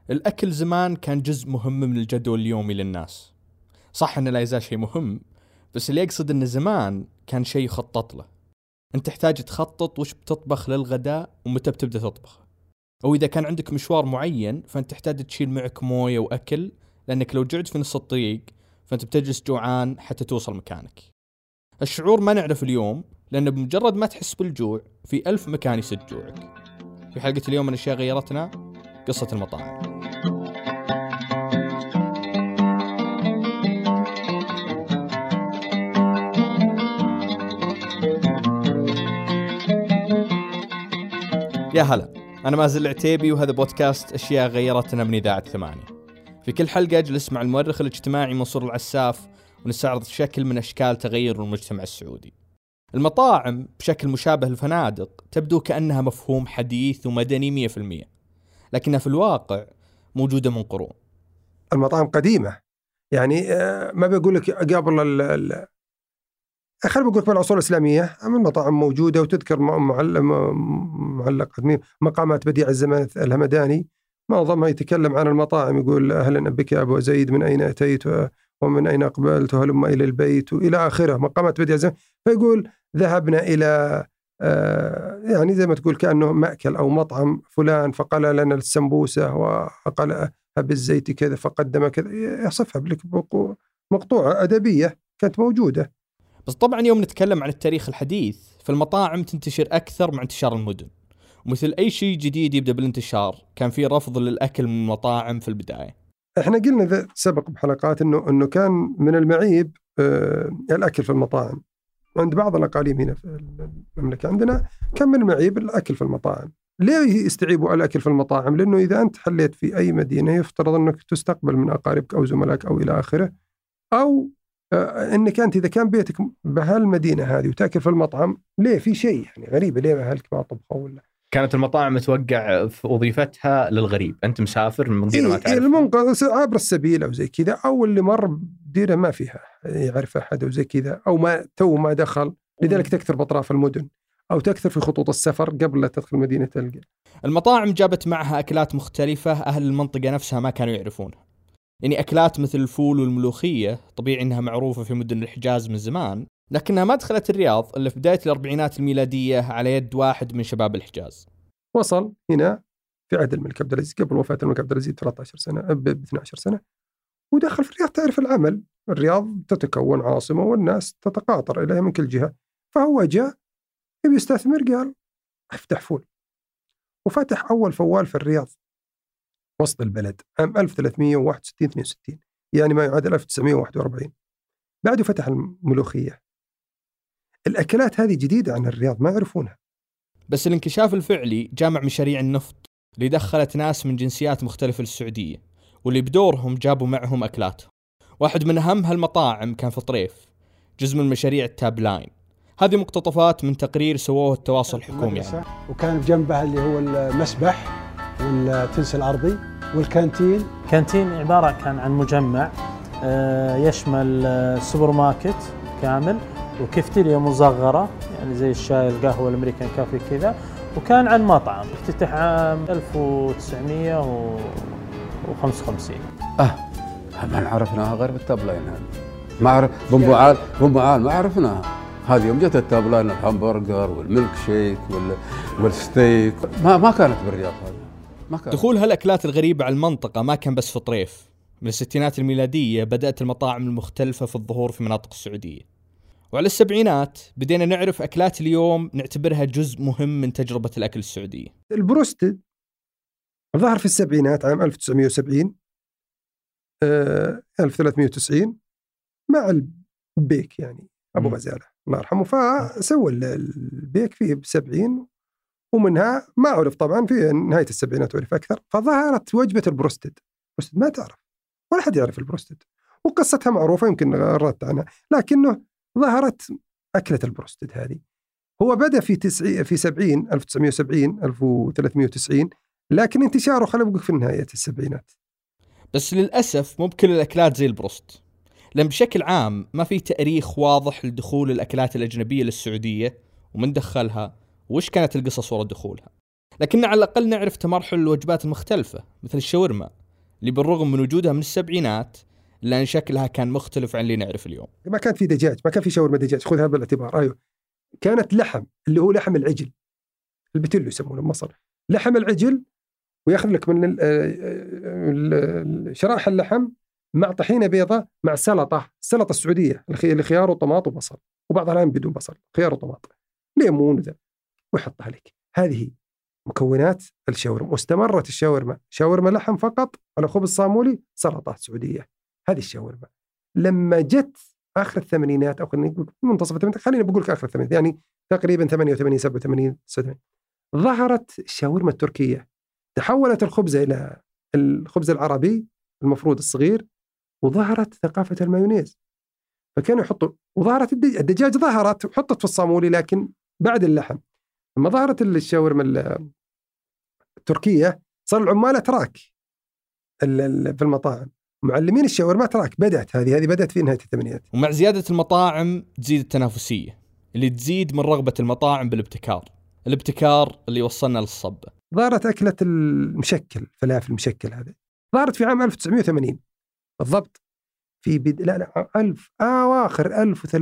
الأكل زمان كان جزء مهم من الجدول اليومي للناس. صح إنه لا يزال شيء مهم، بس اللي يقصد إن زمان كان شيء يخطط له. أنت تحتاج تخطط وش بتطبخ للغداء ومتى بتبدأ تطبخ، أو إذا كان عندك مشوار معين فأنت تحتاج تشيل معك موية وأكل، لأنك لو جعت في نص الطريق فأنت بتجلس جوعان حتى توصل مكانك. الشعور ما نعرف اليوم، لأن بمجرد ما تحس بالجوع في 1000 مكان يسد جوعك. في حلقة اليوم من أشياء غيرتنا، قصة المطاعم. يا هلا، أنا مازل العتيبي وهذا بودكاست أشياء غيرتنا من إذاعة 8. في كل حلقة أجلس مع المؤرخ الاجتماعي منصور العساف ونستعرض شكل من أشكال تغير المجتمع السعودي. المطاعم بشكل مشابه للفنادق تبدو كأنها مفهوم حديث ومدني 100%، لكنها في الواقع موجودة من قرون. المطاعم قديمة، يعني ما بقول لك قبل خلينا بقول لك بالعصور الإسلامية المطاعم موجودة، وتذكر معلق مقامات بديع الزمان الهمداني معظمها يتكلم عن المطاعم، يقول أهلا بك يا أبو زيد، من أين أتيت ومن أين أقبلت وهلم إلى البيت وإلى آخره، مقامات بديع الزمان. فيقول ذهبنا إلى يعني زي ما تقول كأنه مأكل أو مطعم فلان فقال لنا السمبوسة وقال بالزيت كذا فقدم كذا، يصفها لك مقطوعة أدبية كانت موجودة. بس طبعا يوم نتكلم عن التاريخ الحديث فالمطاعم تنتشر أكثر مع انتشار المدن، ومثل أي شيء جديد يبدأ بالانتشار كان في رفض للأكل من المطاعم في البداية. احنا قلنا ذا سبق بحلقات انه كان من المعيب الاكل في المطاعم عند بعض الاقاليم هنا في المملكه. عندنا كان من المعيب الاكل في المطاعم. ليه يستعيبوا الاكل في المطاعم؟ لانه اذا انت حليت في اي مدينه يفترض انك تستقبل من اقاربك او زملائك او الى اخره، او انك انت اذا كان بيتك بهالمدينه هذه وتاكل في المطعم، ليه؟ في شيء يعني غريب، ليه اهلك ما طبخوا ولا؟ كانت المطاعم متوقع في وظيفتها للغريب، أنت مسافر من مدينة ما تعرف، المنقذ عبر السبيل أو زي كذا، أو اللي مر بديرة ما فيها يعرف أحد أو زي كذا، أو ما ما دخل، لذلك تكثر بأطراف المدن أو تكثر في خطوط السفر قبل لا تدخل مدينة تلقى. المطاعم جابت معها أكلات مختلفة أهل المنطقة نفسها ما كانوا يعرفونها. يعني أكلات مثل الفول والملوخية طبيعي أنها معروفة في مدن الحجاز من زمان، لكنها ما دخلت الرياض إلا في بداية الأربعينات الميلادية على يد واحد من شباب الحجاز. وصل هنا في عهد الملك عبد العزيز، قبل وفاة الملك عبد العزيز 13 سنة ب 12 سنة، ودخل في الرياض. تعرف العمل، الرياض تتكون عاصمة والناس تتقاطر إليها من كل جهة، فهو جاء يبي يستثمر، قال افتح فول، وفتح أول فوال في الرياض وسط البلد عام 1361-62، يعني ما يعادل 1941. بعده فتح الملوخية. الأكلات هذه جديدة عن الرياض ما يعرفونها. بس الانكشاف الفعلي جامع مشاريع النفط اللي دخلت ناس من جنسيات مختلفة للسعودية، واللي بدورهم جابوا معهم أكلاتهم. واحد من أهم هالمطاعم كان في طريف، جزء من مشاريع التابلاين. هذه مقتطفات من تقرير سووه التواصل الحكومي يعني. وكان بجنبها اللي هو المسبح والتنس الأرضي والكانتين. كانتين عبارة كان عن مجمع يشمل سوبر ماركت كامل وكافتيريا مصغرة يعني زي الشاي القهوة الأمريكان كافي كذا، وكان عن مطعم افتتح عام 1955. ما عرفناها غير بالتابلاين هذه، ما عرف بومبعال ما عرفناها. هذه يوم جت التابلاين الهامبرجر والميلك شيك والستيك ما كانت بالرياض هذه. دخول هالأكلات الغريبة على المنطقة ما كان بس في طريف. من الستينات الميلادية بدأت المطاعم المختلفة في الظهور في مناطق السعودية، وعلى السبعينات بدينا نعرف أكلات اليوم نعتبرها جزء مهم من تجربة الأكل السعودية. البروستد ظهر في السبعينات عام 1970 1390 مع البيك، يعني أبو غزالة الله يرحمه، فسوى البيك فيه ب70، ومنها ما عرف طبعا في نهاية السبعينات عرف أكثر، فظهرت وجبة البروستد. البروستد ما تعرف ولا حد يعرف البروستد، وقصتها معروفة يمكن غردت عنها، لكنه ظهرت أكلة البروستد هذه. هو بدأ في 1390 لكن انتشاره خلينا في نهاية السبعينات. بس للأسف مو بكل الأكلات زي البروست، لأن بشكل عام ما في تاريخ واضح لدخول الأكلات الأجنبية للسعودية ومن دخلها وش كانت القصص وراء دخولها. لكن على الأقل نعرف تمرحل الوجبات المختلفة مثل الشاورما اللي بالرغم من وجودها من السبعينات إلا أن شكلها كان مختلف عن اللي نعرف اليوم. ما كان في دجاج، ما كان في شاورما دجاج، خذها بالاعتبار. أيوه كانت لحم اللي هو لحم العجل، البتلو يسمونه بمصر، لحم العجل، ويأخذ لك من شرائح اللحم مع طحينة بيضة مع السلطة السعودية اللي خيار وطماط وبصل، وبعض الأحيان بدون بصل، خيار وطماط ليمون وذا، ويحطها لك. هذه مكونات الشاورما. واستمرت الشاورما شاورما لحم فقط على خبز صامولي، سلطات سعودية. هذه الشاورما لما جت آخر الثمانينات أو خلينا نقول منتصف الثمانينات، خلينا بقول لك آخر الثمانينات، يعني تقريبا 88 87 79، ظهرت الشاورما التركية. تحولت الخبز إلى الخبز العربي المفروض الصغير، وظهرت ثقافة المايونيز. فكانوا يحطوا، وظهرت الدجاج ظهرت وحطت في الصامولي لكن بعد اللحم. لما ظهرت الشاورما التركية صار العمال تراك في المطاعم، معلمين الشاورما تراك. بدأت هذه بدأت في نهاية الثمانينات. ومع زيادة المطاعم تزيد التنافسية اللي تزيد من رغبة المطاعم الابتكار اللي وصلنا للصبة. ظهرت أكلة المشكل، فلافل المشكل هذا ظهرت في عام 1980 بالضبط، في أواخر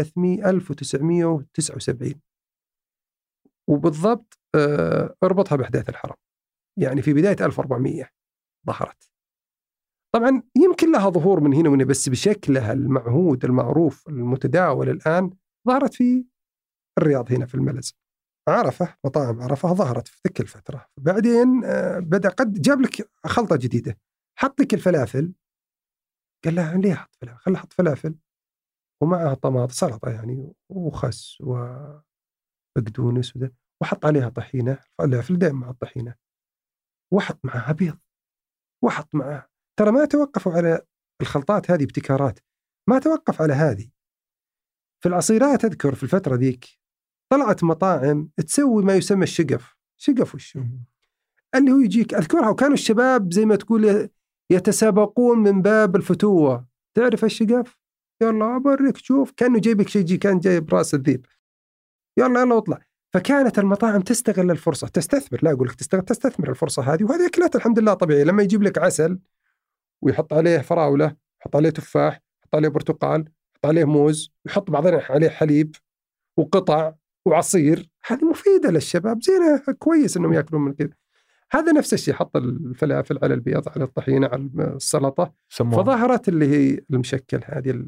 1979، وبالضبط اربطها بأحداث الحرم، يعني في بداية 1400 ظهرت. طبعا يمكن لها ظهور من هنا وهنا، بس بشكلها المعهود المعروف المتداول الآن ظهرت في الرياض هنا في الملز. عرفة، مطاعم عرفة ظهرت في تلك الفترة. بعدين بدأ قد جاب لك خلطة جديدة، حط لك الفلافل، قال لها ليه حط فلافل؟ خلها حط فلافل ومعها طماطم سلطة يعني وخس وبقدونس وده، وحط عليها طحينة، فلافل دائما مع الطحينة، وحط معها بيض، وحط معها. ترى ما توقفوا على الخلطات هذه، ابتكارات ما توقف على هذه. في العصيرات أذكر في الفترة ذيك طلعت مطاعم تسوي ما يسمى الشقف وشو اللي هو يجيك أذكرها، وكانوا الشباب زي ما تقول يتسابقون من باب الفتوة. تعرف الشقف؟ يلا أبرك شوف، كأنه جايبك شيء كان جايب رأس الذيب، يلا اطلع. فكانت المطاعم تستغل الفرصة، تستثمر، لا أقول لك تستثمر الفرصة هذه. وهذه أكلات الحمد لله طبيعية. لما يجيب لك عسل ويحط عليه فراولة، يحط عليه تفاح، يحط عليه برتقال، يحط عليه موز، يحط بعضين عليه حليب وقطع وعصير، هذه مفيدة للشباب، زينة كويس إنهم يأكلون من كذا. هذا نفس الشيء، حط الفلافل على البيض، على الطحينة، على السلطة، فظهرت اللي هي المشكل هذه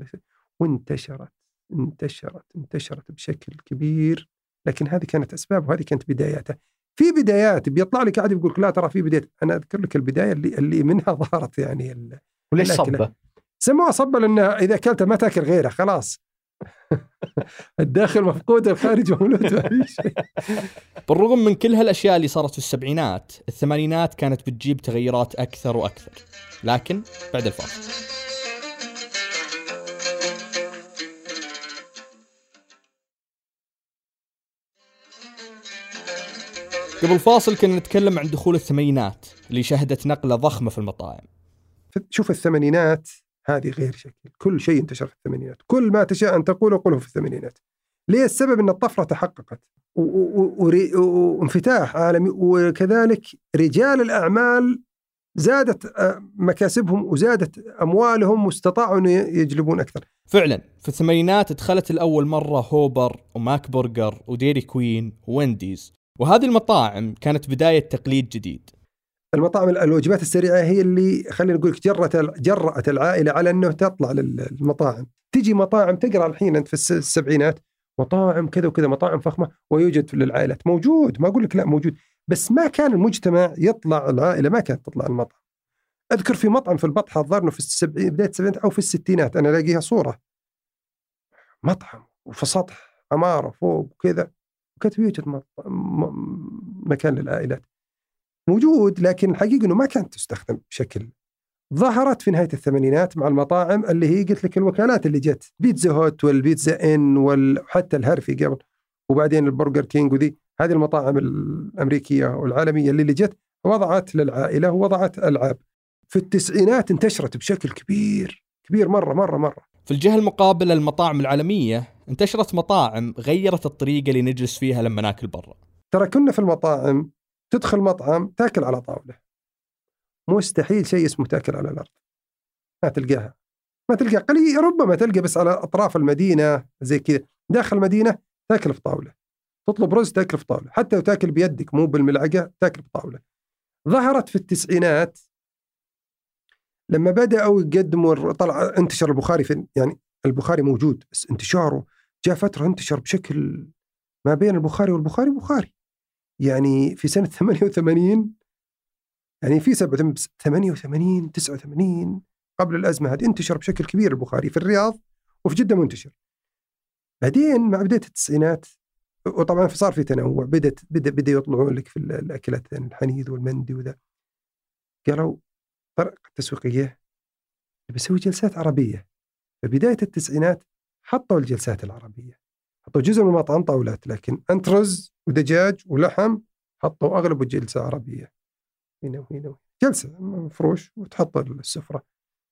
وانتشرت بشكل كبير. لكن هذه كانت أسباب، وهذه كانت بداياتها. في بدايات بيطلع لك عادي بيقول لا ترى في بداية. أنا أذكر لك البداية اللي منها ظهرت يعني وليش صبة؟ سموها صبة لأنها إذا أكلتها ما تأكل غيرها خلاص. الداخل مفقود الخارج مولود. بالرغم من كل هالأشياء اللي صارت في السبعينات، الثمانينات كانت بتجيب تغيرات أكثر وأكثر، لكن بعد الفاصل. قبل الفاصل كنا نتكلم عن دخول الثمانينات اللي شهدت نقلة ضخمة في المطاعم. شوف الثمانينات هذه غير شكل، كل شيء انتشر في الثمانينات، كل ما تشاء أن تقوله قوله في الثمانينات. ليه؟ السبب أن الطفرة تحققت وانفتاح عالمي، وكذلك رجال الأعمال زادت مكاسبهم وزادت أموالهم واستطاعوا أن يجلبون أكثر. فعلا في الثمانينات دخلت الأول مرة هوبر وماك برجر وديري كوين ووينديز، وهذه المطاعم كانت بداية تقليد جديد. المطاعم الوجبات السريعة هي اللي خلينا نقول جرأت العائلة على أنه تطلع للمطاعم. تجي مطاعم تقرأ الحين أنت في السبعينات مطاعم كذا وكذا، مطاعم فخمة، ويوجد للعائلات، موجود، ما أقول لك لا موجود، بس ما كان المجتمع يطلع، العائلة ما كانت تطلع المطعم. أذكر في مطعم في البطحة ظهر إنه في بداية السبعينات أو في الستينات، أنا لاقيها صورة مطعم وفي سطح عمارة فوق وكذا، وكانت يوجد مكان للعائلات موجود، لكن الحقيقة أنه ما كانت تستخدم بشكل. ظهرت في نهاية الثمانينات مع المطاعم اللي هي قلت لك الوكالات اللي جت، بيتزا هوت والبيتزا إن وحتى الهرفي قبل، وبعدين البرجر كينج، وذي هذه المطاعم الأمريكية والعالمية اللي جت وضعت للعائلة ووضعت ألعاب. في التسعينات انتشرت بشكل كبير مرة. في الجهة المقابلة المطاعم العالمية انتشرت مطاعم غيرت الطريقة اللي نجلس فيها لما ناكل برا. ترى كنا في المطاعم تدخل مطعم تاكل على طاولة، مستحيل شيء اسمه تاكل على الأرض، ما تلقاها، ما تلقى قليل، ربما تلقى بس على أطراف المدينة زي كذا. داخل المدينة تاكل في طاولة، تطلب رز تاكل في طاولة، حتى لو تاكل بيدك مو بالملعقة تاكل في طاولة. ظهرت في التسعينات لما بدأوا يقدموا، طلع انتشر البخاري في، يعني البخاري موجود بس انتشاره جاء فترة انتشر بشكل ما بين البخاري والبخاري بخاري. يعني في سنة 88، يعني في 88 89 قبل الأزمة هذه انتشر بشكل كبير البخاري في الرياض وفي جدة منتشر. بعدين مع بداية التسعينات وطبعا صار في تنوع، بدأ يطلعون لك في الأكلات الحنيذ والمندي وذا، قالوا طريقة تسويقية بسوي جلسات عربية. فبداية التسعينات حطوا الجلسات العربية، حطوا جزء من المطعم طاولات، لكن أنت رز ودجاج ولحم حطوا أغلب الجلسة عربية، هنا وهنا جلسة مفروش وتحط السفرة.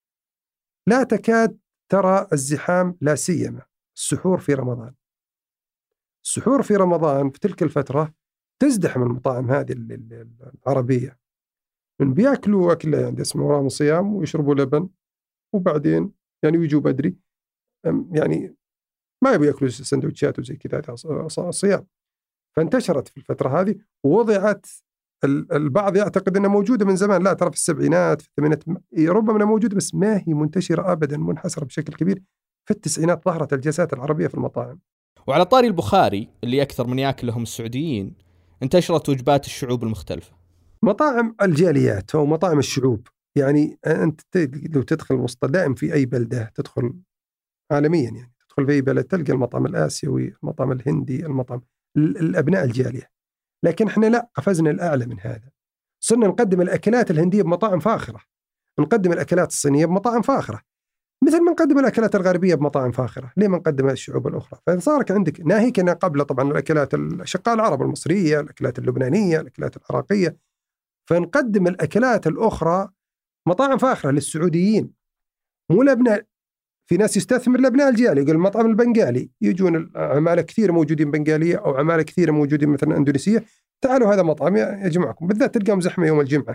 لا تكاد ترى الزحام، لا سيما السحور في رمضان. السحور في رمضان في تلك الفترة تزدحم المطاعم هذه العربية، من بياكلوا أكل يعني اسمه رام صيام ويشربوا لبن، وبعدين يعني يجوا بدري، يعني ما يبوا يأكلوا سندوتشات وزي كذا صيام. فانتشرت في الفترة هذه ووضعت، البعض يعتقد أنها موجودة من زمان، لا ترى في السبعينات في الثمانينات ربما أنها موجودة بس ما هي منتشرة أبدا، منحصرة بشكل كبير. في التسعينات ظهرت الجلسات العربية في المطاعم. وعلى طاري البخاري اللي أكثر من يأكلهم السعوديين، انتشرت وجبات الشعوب المختلفة، مطاعم الجاليات أو مطاعم الشعوب. يعني أنت لو تدخل وسط دائم في أي بلدة تدخل عالميا، يعني تدخل في أي بلد تلقى المطعم الآسيوي، المطعم الهندي، المطعم الأبناء الجالية. لكن إحنا لا، قفزنا الأعلى من هذا، صرنا نقدم الأكلات الهندية بمطاعم فاخرة، نقدم الأكلات الصينية بمطاعم فاخرة، مثل ما نقدم الأكلات الغربية بمطاعم فاخرة. ليه ما نقدم الشعوب الأخرى؟ فصارك عندك ناهيك أن قبل طبعا الأكلات الأشقاء العرب المصرية، الأكلات اللبنانية، الأكلات العراقية، فنقدم الأكلات الأخرى مطاعم فاخرة للسعوديين، مو لأبناء. في ناس يستثمر لأبناء الجالي، يقول المطعم البنغالي، يجون عمالة كثير موجودين بنغالية أو عمالة كثير موجودين مثلا أندونيسية، تعالوا هذا مطعم يجمعكم، بالذات تلقاهم زحمة يوم الجمعة.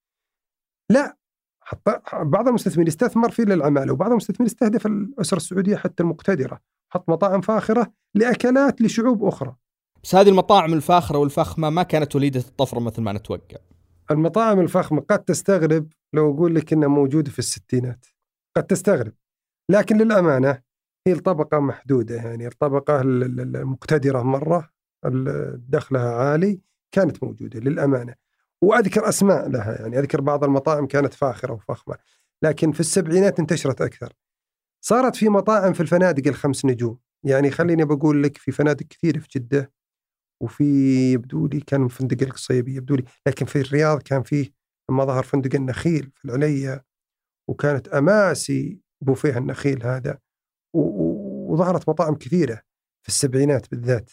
لا، حتى بعض المستثمرين يستثمر في للعمالة، وبعض المستثمرين يستهدف الأسرة السعودية حتى المقتدرة، حط مطاعم فاخرة لأكلات لشعوب أخرى. بس هذه المطاعم الفاخرة والفخمة ما كانت وليدة الطفرة مثل ما نتوقع. المطاعم الفخمة قد تستغرب لو أقول لك أنها موجودة في الستينات، قد تستغرب، لكن للأمانة هي الطبقة محدودة، يعني الطبقة المقتدرة مرة دخلها عالي كانت موجودة للأمانة. وأذكر أسماء لها، يعني أذكر بعض المطاعم كانت فاخرة وفخمة، لكن في السبعينات انتشرت أكثر. صارت في مطاعم في الفنادق ال5 نجوم، يعني خليني بقول لك في فنادق كثير في جدة، وفي يبدو لي كان فندق القصيبي يبدو لي، لكن في الرياض كان فيه لما ظهر فندق النخيل في العليا، وكانت أماسي بوفيه النخيل هذا، وظهرت مطاعم كثيرة في السبعينات بالذات.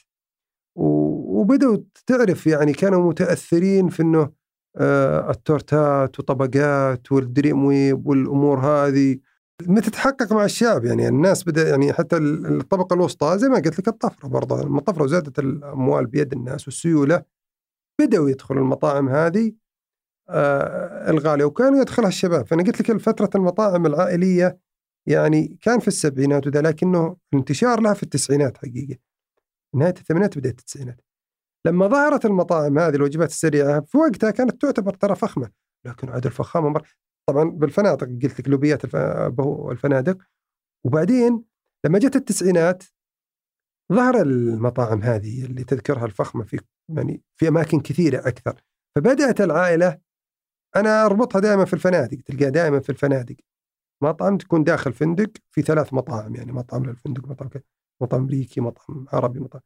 وبدأوا تعرف يعني كانوا متأثرين في أنه التورتات وطبقات والدريم ويب والأمور هذه ما تتحقق مع الشعب. يعني الناس بدأ، يعني حتى الطبقة الوسطى زي ما قلت لك الطفرة برضه، الطفرة وزادت الأموال بيد الناس والسيولة، بدأوا يدخلوا المطاعم هذه الغالية، وكانوا يدخلها الشباب. فأنا قلت لك فترة المطاعم العائلية يعني كان في السبعينات وده، لكنه انتشار لها في التسعينات حقيقة، نهاية الثمانينات بداية التسعينات، لما ظهرت المطاعم هذه الوجبات السريعة. في وقتها كانت تعتبر ترى فخمة، لكن عاد الفخامة طبعا بالفنادق، قلت لك لوبيات الفنادق. وبعدين لما جت التسعينات ظهر المطاعم هذه اللي تذكرها الفخمة في يعني في أماكن كثيرة أكثر. فبدأت العائلة، أنا أربطها دائما في الفنادق، تلقى دائما في الفنادق مطعم تكون داخل فندق في 3 مطاعم، يعني مطعم للفندق، مطعم أمريكي، مطعم عربي، مطعم.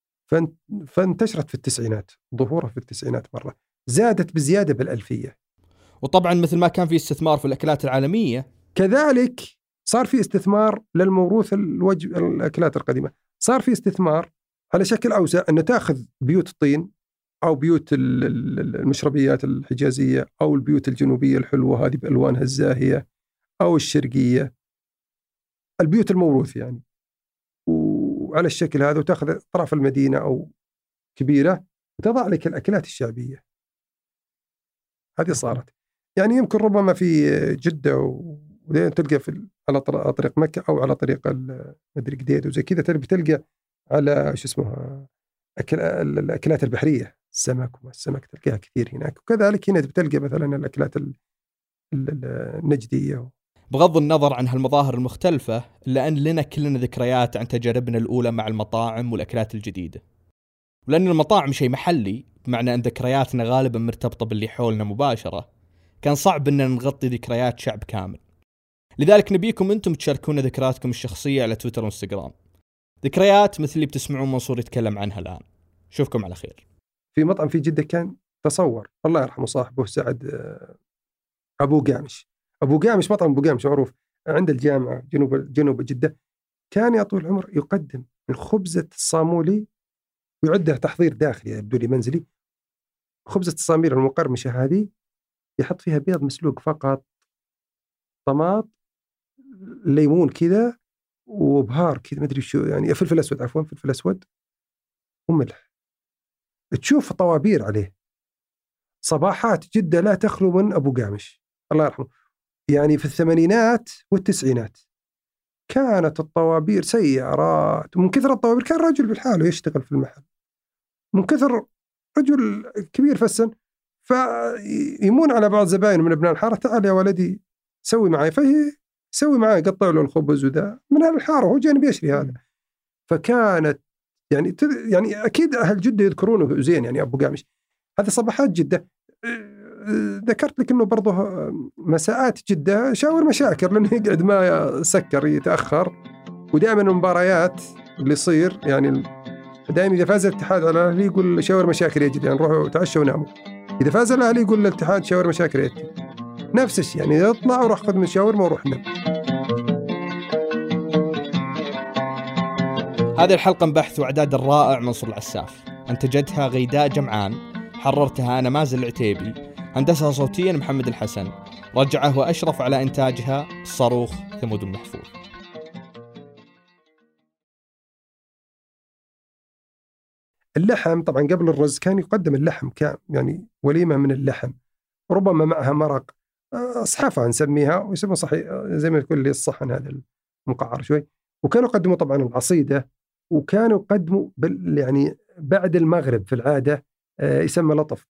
فانتشرت في التسعينات، ظهورها في التسعينات مرة زادت بزيادة بالألفية. وطبعا مثل ما كان في استثمار في الأكلات العالمية، كذلك صار في استثمار للموروث الأكلات القديمة، صار في استثمار على شكل أوسع، أنه تأخذ بيوت الطين أو بيوت المشربيات الحجازية أو البيوت الجنوبية الحلوة هذه بألوانها الزاهية، أو الشرقية، البيوت الموروث يعني، وعلى الشكل هذا، وتأخذ أطراف المدينة أو كبيرة وتضع لك الأكلات الشعبية. هذه صارت. يعني يمكن ربما في جدة وتلقى على طريق مكة أو على طريق مدري قديد وزي كذا، تلقى على شو اسمه الأكلات البحرية، السمك وما السمك تلقاها كثير هناك. وكذلك هنا بتلقى مثلا الأكلات النجدية. بغض النظر عن هالمظاهر المختلفة، إلا أن لنا كلنا ذكريات عن تجاربنا الأولى مع المطاعم والأكلات الجديدة. ولأن المطاعم شيء محلي، بمعنى أن ذكرياتنا غالبا مرتبطة باللي حولنا مباشرة، كان صعب أننا نغطي ذكريات شعب كامل. لذلك نبيكم أنتم تشاركونا ذكرياتكم الشخصية على تويتر وإنستغرام، ذكريات مثل اللي بتسمعون منصور يتكلم عنها الآن. شوفكم على خير. في مطعم في جدة كان تصور، الله يرحمه صاحبه سعد، أبو قامش. مطعم أبو قامش معروف عند الجامعة جنوب جدة. كان يا طول العمر يقدم الخبزة الصامولي ويعدها تحضير داخلي يبدو لي منزلي. خبزة الصامولي المقرمشة هذه يحط فيها بيض مسلوق فقط، طماط، ليمون كذا، وبهار كذا ما أدري شو، يعني فلفل أسود وملح. تشوف طوابير عليه. صباحات جدة لا تخلو من أبو قامش الله يرحمه. يعني في الثمانينات والتسعينات كانت الطوابير سيارات، ومن كثر الطوابير كان رجل بالحاله يشتغل في المحل، من كثر رجل كبير في السن، فيمون على بعض زباين من ابناء الحارة، تعال يا ولدي سوي معي، فهي سوي معي، قطع له الخبز وذا من أهل الحارة، هو جاني بيشري هذا. فكانت يعني أكيد أهل جدة يذكرونه زين، يعني أبو قامش هذه صباحات جدة. ذكرت لك إنه برضه مساءات جدة شاور مشاكر، لأنه يقعد ما سكر يتأخر، ودائما المباريات اللي يصير يعني دائما إذا فاز الاتحاد على الأهلي يقول شاور مشاكر يا جدة، يعني نروحوا تعشوا وناموا. إذا فاز الأهلي يقول للاتحاد شاور مشاكر يا جدة، نفس الشيء، يعني يطلع وروح خذ من شاورما وروح نام. هذه الحلقة من بحث وإعداد الرائع منصور العساف، أنتجتها غيداء جمعان، حررتها أنا مازن العتيبي، هندسها صوتيا محمد الحسن، رجعه وأشرف على إنتاجها الصاروخ ثمود المحفوظ. اللحم طبعا قبل الرز كان يقدم اللحم يعني وليمة من اللحم، ربما معها مرق، صحافة نسميها ويسمى صحيح زي ما تقول لي الصحن هذا المقعر شوي. وكانوا يقدموا طبعا العصيدة، وكانوا يقدموا يعني بعد المغرب في العادة يسمى لطف.